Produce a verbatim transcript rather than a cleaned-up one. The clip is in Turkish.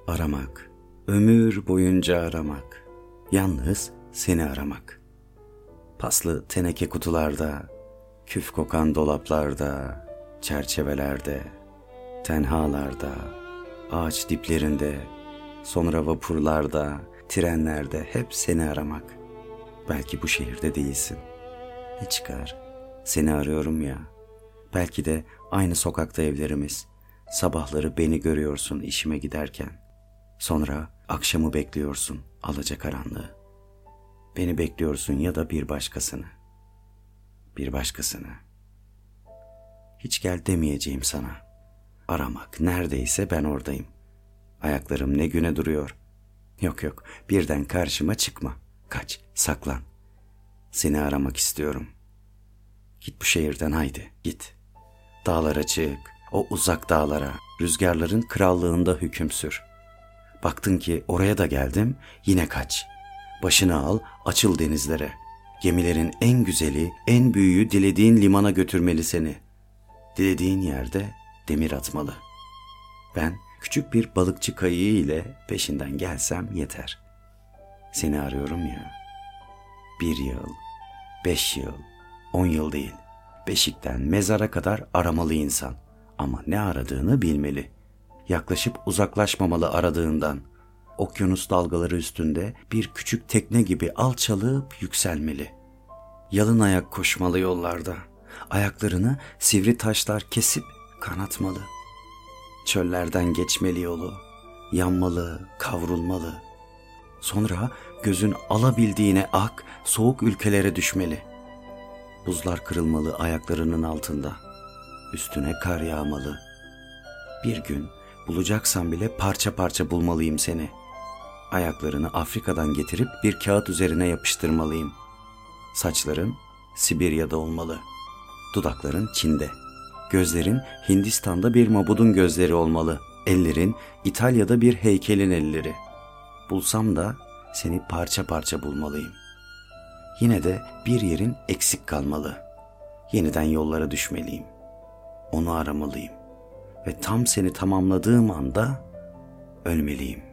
Aramak, ömür boyunca aramak, yalnız seni aramak. Paslı teneke kutularda, küf kokan dolaplarda, çerçevelerde, tenhalarda, ağaç diplerinde, sonra vapurlarda, trenlerde hep seni aramak. Belki bu şehirde değilsin. Ne çıkar? Seni arıyorum ya. Belki de aynı sokakta evlerimiz. Sabahları beni görüyorsun işime giderken. Sonra akşamı bekliyorsun alacakaranlığı. Beni bekliyorsun ya da bir başkasını. Bir başkasını. Hiç gel demeyeceğim sana. Aramak neredeyse ben oradayım. Ayaklarım ne güne duruyor. Yok yok, birden karşıma çıkma. Kaç, saklan. Seni aramak istiyorum. Git bu şehirden, haydi git. Dağlara çık, o uzak dağlara, rüzgarların krallığında hüküm sür. Baktın ki oraya da geldim, yine kaç. Başını al, açıl denizlere. Gemilerin en güzeli, en büyüğü dilediğin limana götürmeli seni. Dilediğin yerde demir atmalı. Ben küçük bir balıkçı kayığı ile peşinden gelsem yeter. Seni arıyorum ya. Bir yıl, beş yıl, on yıl değil. Beşikten mezara kadar aramalı insan. Ama ne aradığını bilmeli. Yaklaşıp uzaklaşmamalı aradığından. Okyanus dalgaları üstünde bir küçük tekne gibi alçalıp yükselmeli. Yalın ayak koşmalı yollarda. Ayaklarını sivri taşlar kesip kanatmalı. Çöllerden geçmeli yolu. Yanmalı, kavrulmalı. Sonra gözün alabildiğine ak, soğuk ülkelere düşmeli. Buzlar kırılmalı ayaklarının altında. Üstüne kar yağmalı. Bir gün bulacaksan bile parça parça bulmalıyım seni. Ayaklarını Afrika'dan getirip bir kağıt üzerine yapıştırmalıyım. Saçların Sibirya'da olmalı. Dudakların Çin'de. Gözlerin Hindistan'da bir mabudun gözleri olmalı. Ellerin İtalya'da bir heykelin elleri. Bulsam da seni parça parça bulmalıyım. Yine de bir yerin eksik kalmalı. Yeniden yollara düşmeliyim. Onu aramalıyım. Ve tam seni tamamladığım anda ölmeliyim.